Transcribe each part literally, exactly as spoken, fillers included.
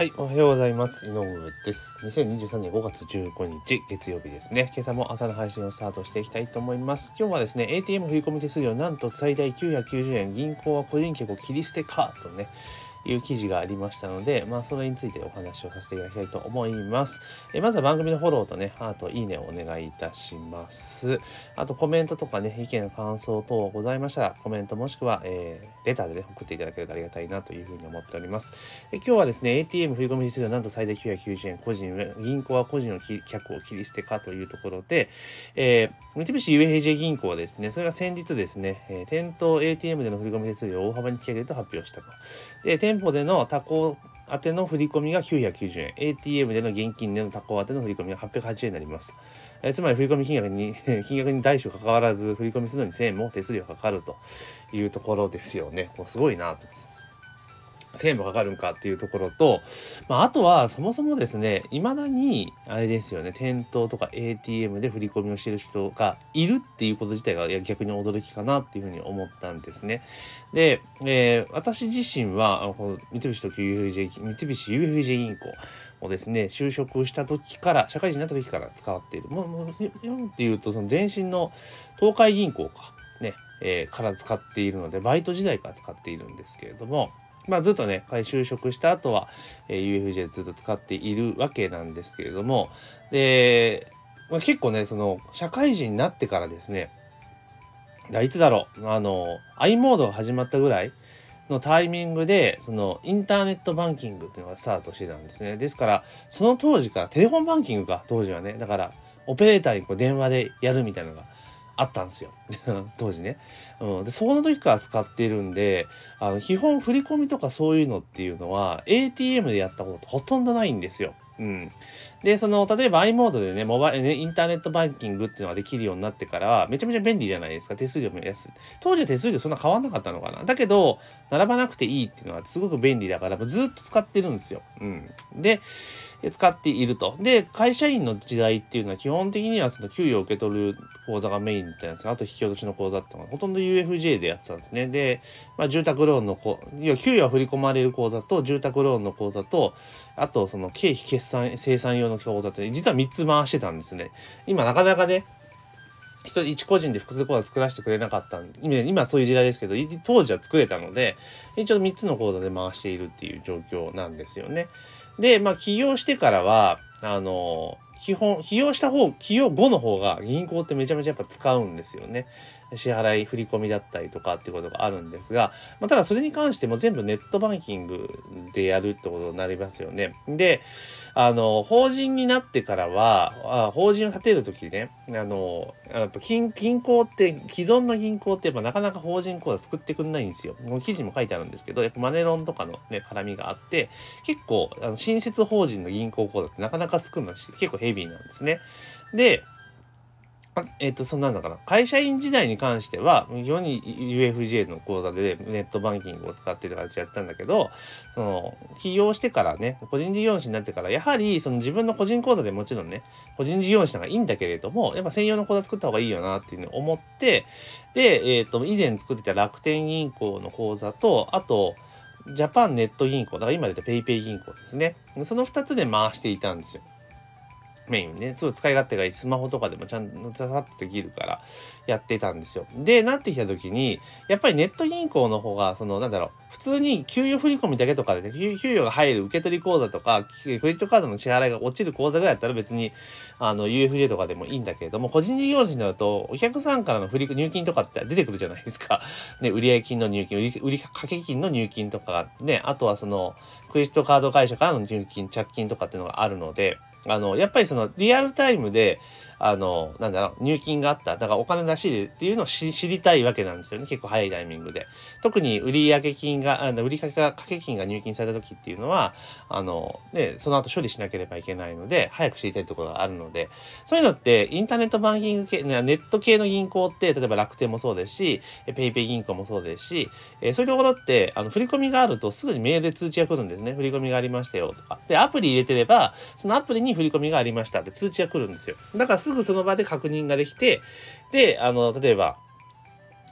はい、おはようございます。井上です。にせんにじゅうさんねんごがつじゅうごにち月曜日ですね。今朝も朝の配信をスタートしていきたいと思います。今日はですね、エーティーエム 振込手数料なんと最大きゅうひゃくきゅうじゅうえん、銀行は個人客を切り捨てかとね、いう記事がありましたので、まあそれについてお話をさせていただきたいと思います。えまずは番組のフォローとね、あといいねをお願いいたします。あとコメントとかね、意見感想等ございましたら、コメントもしくは、えー、レターでね、送っていただけるとありがたいなというふうに思っております。え今日はですね、エーティーエム 振込手数料なんと最大きゅうひゃくきゅうじゅうえん、個人、銀行は個人の客を切り捨てかというところで、えー、三菱 ユーエフジェー 銀行はですね、それが先日ですね、えー、店頭 エーティーエム での振込手数料を大幅に引き上げると発表したと。で、店舗での他行宛ての振り込みがきゅうひゃくきゅうじゅうえん、エーティーエム での現金での他行宛ての振り込みがはっぴゃくはちじゅうえんになります。えー、つまり振込金額に金額に大小関わらず振り込みするのにせんえんも手数料がかかるというところですよね。こうすごいなと。せんえんもかかるんかっていうところと、まあ、あとはそもそもですね、未だにあれですよね、店頭とか エーティーエム で振り込みをしている人がいるっていうこと自体が逆に驚きかなっていうふうに思ったんですね。で、えー、私自身はこの三菱と ユーエフジェー 三菱 ユーエフジェー 銀行をですね、就職した時から社会人になった時から使っている。もうもうっていうとその前身の東海銀行かね、えー、から使っているので、バイト時代から使っているんですけれども。まあずっとね、就職した後は、えー、ユーエフジェー ずっと使っているわけなんですけれども、で、まあ、結構ね、その、社会人になってからですね、いつだろう、あの、i モードが始まったぐらいのタイミングで、その、インターネットバンキングっていうのがスタートしてたんですね。ですから、その当時から、テレフォンバンキングか、当時はね、だから、オペレーターにこう電話でやるみたいなのがあったんですよ当時ね、うん、でその時から使っているんで、あの基本振り込みとかそういうのっていうのは エーティーエム でやったことほとんどないんですよ。うん、でその例えば i モードでねモバイルねインターネットバンキングっていうのができるようになってからめちゃめちゃ便利じゃないですか。手数料も安い。当時は手数料そんな変わんなかったのかな。だけど並ばなくていいっていうのはすごく便利だからずっと使ってるんですよ。うん、で使っていると。で、会社員の時代っていうのは基本的にはその給与を受け取る口座がメインみたいなんですが、あと引き落としの口座ってのはほとんど ユーエフジェー でやってたんですね。で、まあ、住宅ローンのこ、要は給与が振り込まれる口座と住宅ローンの口座と、あとその経費決算、生産用の口座って実はみっつ回してたんですね。今なかなかね、一人一個人で複数口座作らせてくれなかったんで、今、今はそういう時代ですけど、当時は作れたので、一応みっつの口座で回しているっていう状況なんですよね。で、まあ、起業してからは、あの、基本、起業した方、起業後の方が銀行ってめちゃめちゃやっぱ使うんですよね。支払い、振り込みだったりとかっていうことがあるんですが、まあ、ただそれに関しても全部ネットバンキングでやるってことになりますよね。で、あの、法人になってからは、あ法人を立てるときね、あの、やっぱ銀銀行って、既存の銀行ってやっぱなかなか法人口座作ってくんないんですよ。もう記事にも書いてあるんですけど、やっぱマネロンとかのね、絡みがあって、結構、あの新設法人の銀行口座ってなかなか作るのし、結構ヘビーなんですね。で、えっと、そんなんだから、会社員時代に関しては、世に ユーエフジェー の口座でネットバンキングを使ってた形でやったんだけど、その、起業してからね、個人事業主になってから、やはり、その自分の個人口座でもちろんね、個人事業主なんかいいんだけれども、やっぱ専用の口座作った方がいいよなっていうのを思って、で、えっと、以前作ってた楽天銀行の口座と、あと、ジャパンネット銀行、だから今出たペイペイ銀行ですね。その二つで回していたんですよ。メインね、すごい使い勝手がいい。スマホとかでもちゃんとささっとできるからやってたんですよ。で、なってきた時に、やっぱりネット銀行の方が、その、なんだろう、普通に給与振込だけとかでね、給給与が入る受け取り口座とか、クレジットカードの支払いが落ちる口座ぐらいだったら別に、あの、ユーエフジェー とかでもいいんだけれども、個人事業主になると、お客さんからの振り入金とかって出てくるじゃないですか。ね、売上金の入金、売り、売り掛け金の入金とかね、あとはその、クレジットカード会社からの入金、着金とかっていうのがあるので、あの、やっぱりそのリアルタイムで、あの、なんだろう、入金があった。だからお金出し入れっていうのを知りたいわけなんですよね。結構早いタイミングで。特に売上金が、あの売り掛けが、掛け金が入金された時っていうのは、あの、ね、その後処理しなければいけないので、早く知りたいところがあるので、そういうのって、インターネットバンキング系、ネット系の銀行って、例えば楽天もそうですし、ペイペイ銀行もそうですし、えー、そういうところって、あの、振り込みがあるとすぐにメールで通知が来るんですね。振り込みがありましたよとか。で、アプリ入れてれば、そのアプリに振り込みがありましたって通知が来るんですよ。だからすぐその場で確認ができて、で、あの、例えば、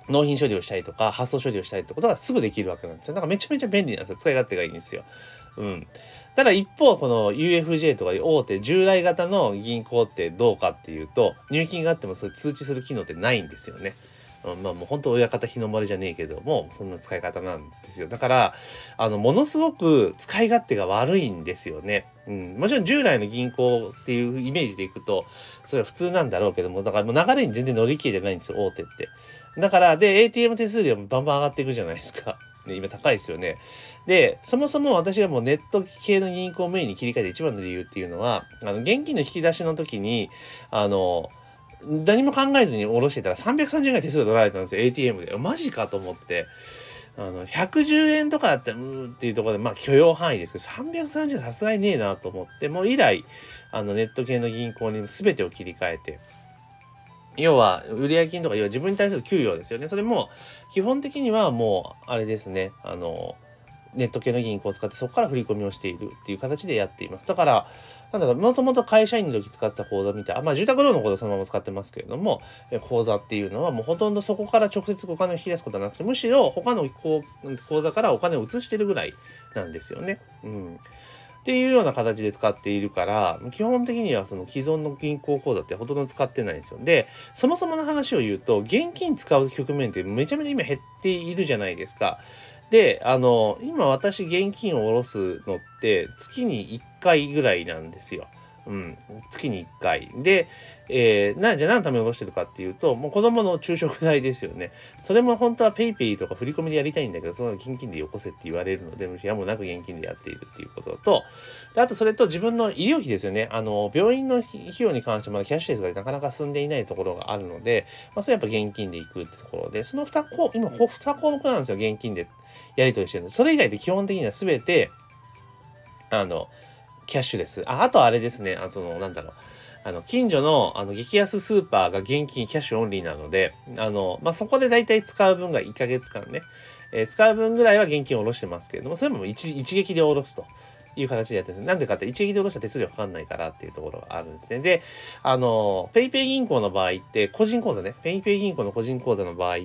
納品処理をしたりとか発送処理をしたりってことがすぐできるわけなんですよ。だからめちゃめちゃ便利なんですよ。使い勝手がいいんですよ。うん。ただ一方この ユーエフジェー とか大手従来型の銀行ってどうかっていうと、入金があってもそれ通知する機能ってないんですよね。うん、まあもう本当親方日の丸じゃねえけども、そんな使い方なんですよ。だからあのものすごく使い勝手が悪いんですよね。うん、もちろん従来の銀行っていうイメージでいくとそれは普通なんだろうけども、だからもう流れに全然乗り切れてないんですよ、大手って。だからで エーティーエム 手数料もバンバン上がっていくじゃないですか。ね、今高いですよね。で、そもそも私がもうネット系の銀行メインに切り替えて一番の理由っていうのは、あの現金の引き出しの時にあの何も考えずに下ろしてたらさんびゃくさんじゅうえんぐらい手数料取られたんですよ、 エーティーエム で。マジかと思って、あのひゃくじゅうえんとかだったらうーんっていうところでまあ許容範囲ですけど、さんびゃくさんじゅうえんさすがにねえなと思って、もう以来あのネット系の銀行に全てを切り替えて、要は売上金とか要は自分に対する給与ですよね。それも基本的にはもうあれですね、あのネット系の銀行を使ってそこから振り込みをしているっていう形でやっています。だからなんだかもともと会社員の時使ってた口座みたいな、まあ住宅ローンの口座そのまま使ってますけれども、口座っていうのはもうほとんどそこから直接お金を引き出すことはなくて、むしろ他の口座からお金を移してるぐらいなんですよね。うん。っていうような形で使っているから、基本的にはその既存の銀行口座ってほとんど使ってないんですよ。で、そもそもの話を言うと、現金使う局面ってめちゃめちゃ今減っているじゃないですか。で、あの、今私現金を下ろすのって月にいっかいぐらいなんですよ。うん。月にいっかい。で、えー、な、じゃあ何のために下ろしてるかっていうと、もう子供の昼食代ですよね。それも本当はペイペイとか振り込みでやりたいんだけど、その現金でよこせって言われるので、やむなく現金でやっているっていうことと、であとそれと自分の医療費ですよね。あの、病院の費用に関してまだキャッシュレスがなかなか進んでいないところがあるので、まあそれやっぱ現金で行くってところで、その2項、今に項目なんですよ、現金でやり取りしてるので。それ以外で基本的には全て、あの、キャッシュレス。あ、あとあれですね、あその、なんだろう。あの、近所の、あの、激安スーパーが現金キャッシュオンリーなので、あの、まあ、そこでだいたい使う分がいっかげつかんね、えー、使う分ぐらいは現金を下ろしてますけれども、それも一一撃で下ろすという形でやってるんです。なんでかって一撃で下ろしたら手数料かかんないからっていうところがあるんですね。で、あの、ペイペイ銀行の場合って、個人口座ね、ペイペイ銀行の個人口座の場合って、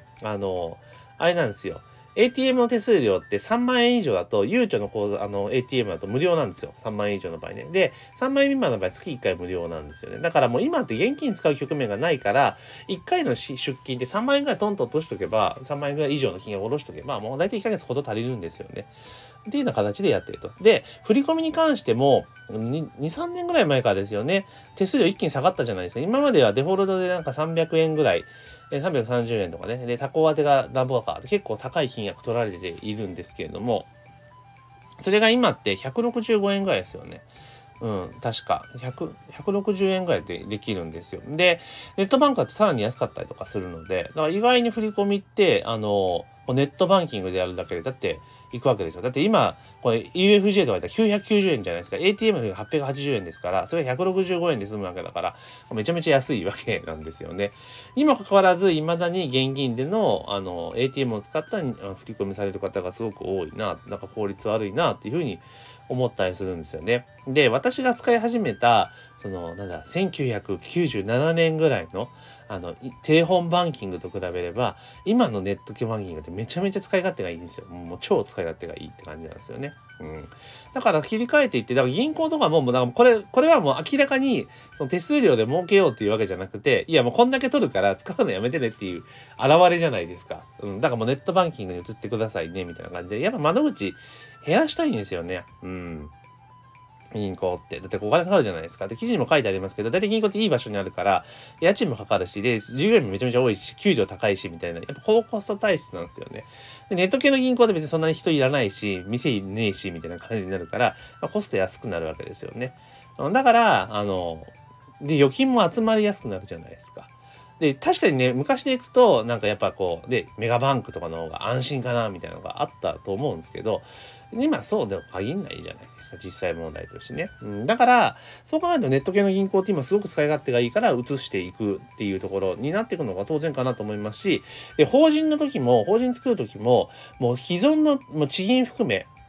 あの、あれなんですよ。エーティーエム の手数料ってさんまんえん以上だと、ゆうちょの口座、あの、エーティーエム だと無料なんですよ。さんまんえん以上の場合ね。で、さんまんえん未満の場合、月いっかい無料なんですよね。だからもう今って現金使う局面がないから、いっかいの出金でさんまんえんぐらいトンと落としとけば、さんまんえんぐらい以上の金額を下ろしとけば、もう大体いっかげつほど足りるんですよね。っていうような形でやってると。で、振り込みに関しても、に、さんねんぐらい前からですよね。手数料一気に下がったじゃないですか。今まではデフォルトでなんかさんびゃくえんぐらい、さんびゃくさんじゅうえんとかね。で、他行当てが何ぼか結構高い金額取られているんですけれども、それが今ってひゃくろくじゅうごえんぐらいですよね。うん、確かひゃく、ひゃくろくじゅうえんぐらいでできるんですよ。で、ネットバンクだとさらに安かったりとかするので、だから意外に振り込みって、あの、ネットバンキングでやるだけで、だって行くわけですよ。だって今、これ ユーエフジェー とかだったらきゅうひゃくきゅうじゅうえんじゃないですか。エーティーエム がはっぴゃくはちじゅうえんですから、それがひゃくろくじゅうごえんで済むわけだから、めちゃめちゃ安いわけなんですよね。にもかかわらず、未だに現金での、あの、エーティーエム を使った振り込みされる方がすごく多いな、なんか効率悪いな、っていうふうに思ったりするんですよね。で、私が使い始めた、その、なんだ、せんきゅうひゃくきゅうじゅうななねんぐらいの、あの、テレホンバンキングと比べれば、今のネット系バンキングってめちゃめちゃ使い勝手がいいんですよ。もう超使い勝手がいいって感じなんですよね。うん。だから切り替えていって、だから銀行とかも、もうなんかこれ、これはもう明らかに、その手数料で儲けようっていうわけじゃなくて、いやもうこんだけ取るから使うのやめてねっていう現れじゃないですか。うん。だからもうネットバンキングに移ってくださいね、みたいな感じで、やっぱ窓口減らしたいんですよね。うん。銀行って。だってお金かかるじゃないですか。で、記事にも書いてありますけど、大体銀行っていい場所にあるから、家賃もかかるし、で、従業員もめちゃめちゃ多いし、給料高いし、みたいな、やっぱ高コスト体質なんですよね。で、ネット系の銀行って別にそんなに人いらないし、店いねえし、みたいな感じになるから、まあ、コスト安くなるわけですよね。だから、あの、で、預金も集まりやすくなるじゃないですか。で、確かにね、昔でいくと、なんかやっぱこう、で、メガバンクとかの方が安心かな、みたいなのがあったと思うんですけど、今そうでも限んないじゃないですか、実際問題としてね。うん、だから、そう考えるとネット系の銀行って今すごく使い勝手がいいから移していくっていうところになっていくのが当然かなと思いますし、で、法人の時も、法人作る時も、もう既存のもう地銀含め、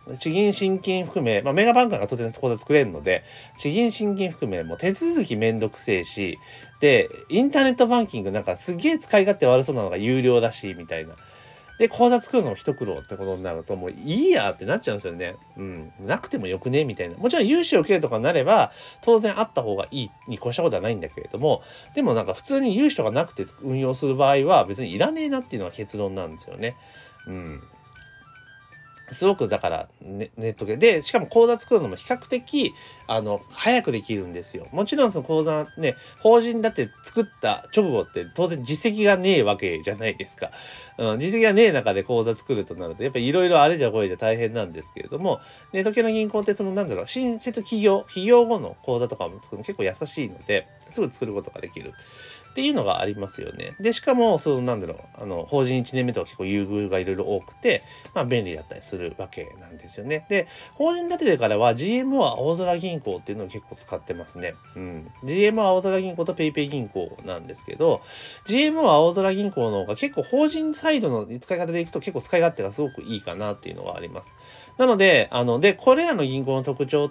地銀新金含め、まあ、メガバンクが当然口座作れるので、地銀新金含めもう手続きめんどくせえし、で、インターネットバンキングなんかすげえ使い勝手悪そうなのが有料だし、みたいな。で、口座作るのも一苦労ってことになると、もういいやってなっちゃうんですよね。うん。なくてもよくねみたいな。もちろん融資を受けるとかになれば、当然あった方がいいに越したことはないんだけれども、でもなんか普通に融資とかなくて運用する場合は別にいらねえなっていうのが結論なんですよね。うん。すごくだからネ、ネット系で、しかも口座作るのも比較的、あの、早くできるんですよ。もちろんその口座ね、法人だって作った直後って当然実績がねえわけじゃないですか。うん、実績がねえ中で口座作るとなると、やっぱりいろいろあれじゃこれじゃ大変なんですけれども、ネット系の銀行ってそのなんだろう、新設企業、起業後の口座とかも作るの結構優しいので、すぐ作ることができる。っていうのがありますよね。で、しかも、その、なんだろう、あの、法人いちねんめとか結構優遇がいろいろ多くて、まあ、便利だったりするわけなんですよね。で、法人立ててからは ジーエムオー は青空銀行っていうのを結構使ってますね。うん。ジーエムオー 青空銀行と PayPay 銀行なんですけど、ジーエムオー 青空銀行の方が結構法人サイドの使い方でいくと結構使い勝手がすごくいいかなっていうのがあります。なので、あの、で、これらの銀行の特徴って、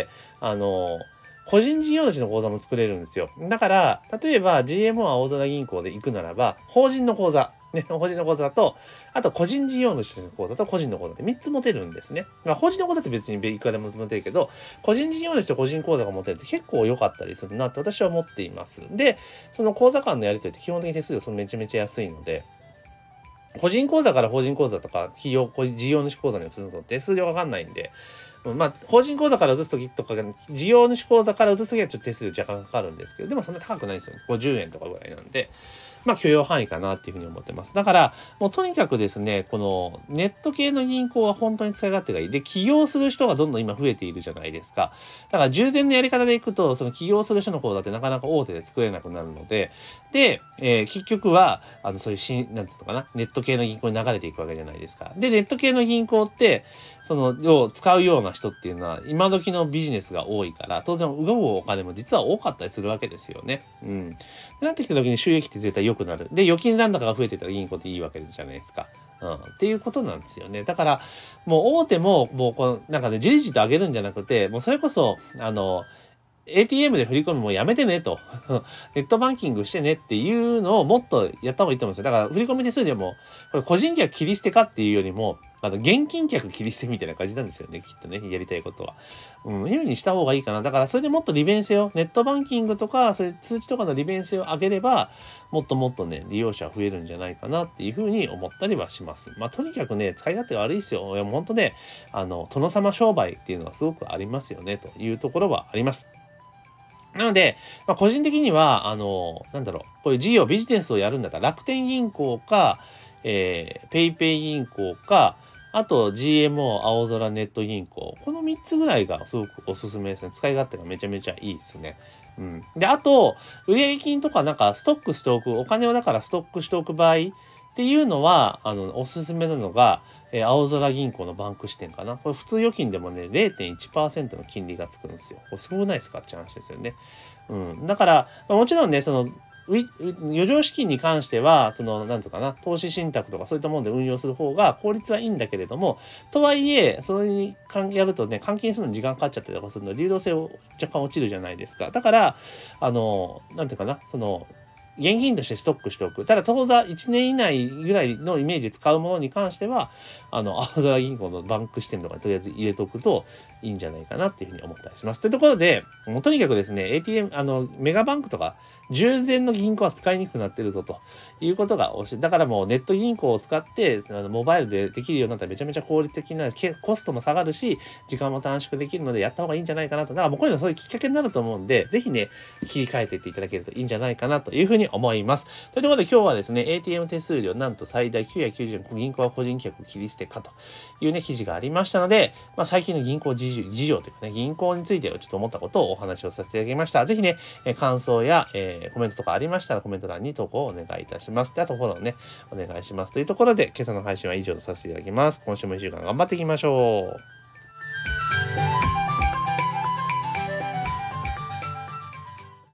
あの、個人事業主の口座も作れるんですよ。だから、例えば ジーエムオー 青空銀行で行くならば、法人の口座、ね、法人の口座と、あと個人事業主の口座と個人の口座でみっつ持てるんですね。まあ、法人の口座って別にいくらでも持てるけど、個人事業主と個人口座が持てるって結構良かったりするなって私は思っています。で、その口座間のやり取りって基本的に手数料そのめちゃめちゃ安いので、個人口座から法人口座とか、企業、事業主口座に移すのと手数料かかんないんで、まあ、法人口座から移すときとか、事業主口座から移すときはちょっと手数料若干かかるんですけど、でもそんな高くないんですよね。ごじゅうえんとかぐらいなんで、まあ許容範囲かなっていうふうに思ってます。だから、もうとにかくですね、このネット系の銀行は本当に使い勝手がいい。で、起業する人がどんどん今増えているじゃないですか。だから従前のやり方でいくと、その起業する人の口座ってなかなか大手で作れなくなるので、で、えー、結局は、あの、そういう新、なんていうのかな、ネット系の銀行に流れていくわけじゃないですか。で、ネット系の銀行って、その、を使うような人っていうのは、今時のビジネスが多いから、当然、動くお金も実は多かったりするわけですよね。うん。ってなってきた時に収益って絶対良くなる。で、預金残高が増えてたら銀行っていいわけじゃないですか。うん。っていうことなんですよね。だから、もう大手も、もうこの、なんかね、じりじりと上げるんじゃなくて、もうそれこそ、あの、エーティーエム で振り込むもうやめてねと。ネットバンキングしてねっていうのをもっとやった方がいいと思うんですよ。だから振り込み手数料も、これ個人客切り捨てかっていうよりも、あの、現金客切り捨てみたいな感じなんですよね。きっとね、やりたいことは。うん、いう風にした方がいいかな。だからそれでもっと利便性を、ネットバンキングとか、そういう通知とかの利便性を上げれば、もっともっとね、利用者増えるんじゃないかなっていう風に思ったりはします。まあ、とにかくね、使い勝手が悪いですよ。いや、もうほんとね、あの、殿様商売っていうのはすごくありますよね、というところはあります。なので、まあ、個人的には、あの、なんだろう、こういう事業、ビジネスをやるんだったら、楽天銀行か、えー、ペイペイ銀行か、あと ジーエムオー 青空ネット銀行。このみっつぐらいがすごくおすすめですね。使い勝手がめちゃめちゃいいですね。うん。で、あと、売上金とかなんかストックしておく、お金をだからストックしておく場合っていうのは、あの、おすすめなのが、えー、青空銀行のバンク支店かな。これ普通預金でもね、れいてんいちパーセント の金利がつくんですよ。これすごくないですかって話ですよね。うん。だから、まあ、もちろんね、その、余剰資金に関しては、その、なんとかな、投資信託とかそういったもので運用する方が効率はいいんだけれども、とはいえ、それにやるとね、換金するのに時間かかっちゃったりとかするので、流動性を若干落ちるじゃないですか。だから、あの、なんていうかな、その、現金としてストックしておく。ただ、当座いちねん以内ぐらいのイメージで使うものに関しては、あの、青空銀行のバンク支店とかとりあえず入れておくといいんじゃないかなっていうふうに思ったりします。というところで、もうとにかくですね、エーティーエム、あの、メガバンクとか、従前の銀行は使いにくくなってるぞということがおし、だからもうネット銀行を使って、あのモバイルでできるようになったらめちゃめちゃ効率的な、コストも下がるし、時間も短縮できるのでやった方がいいんじゃないかなと。だからもうこういうのそういうきっかけになると思うんで、ぜひね、切り替えていっていただけるといいんじゃないかなというふうに思います。というところで今日はですね、エーティーエム 手数料なんと最大きゅうひゃくきゅうじゅうえん、銀行は個人客切り捨てかというね、記事がありましたので、まあ最近の銀行事情、事情というかね、銀行についてちょっと思ったことをお話をさせていただきました。ぜひね、感想や、えー、コメントとかありましたらコメント欄に投稿をお願いいたします。で、あとフォローね、お願いします。というところで、今朝の配信は以上とさせていただきます。今週もいっしゅうかん頑張っていきましょう。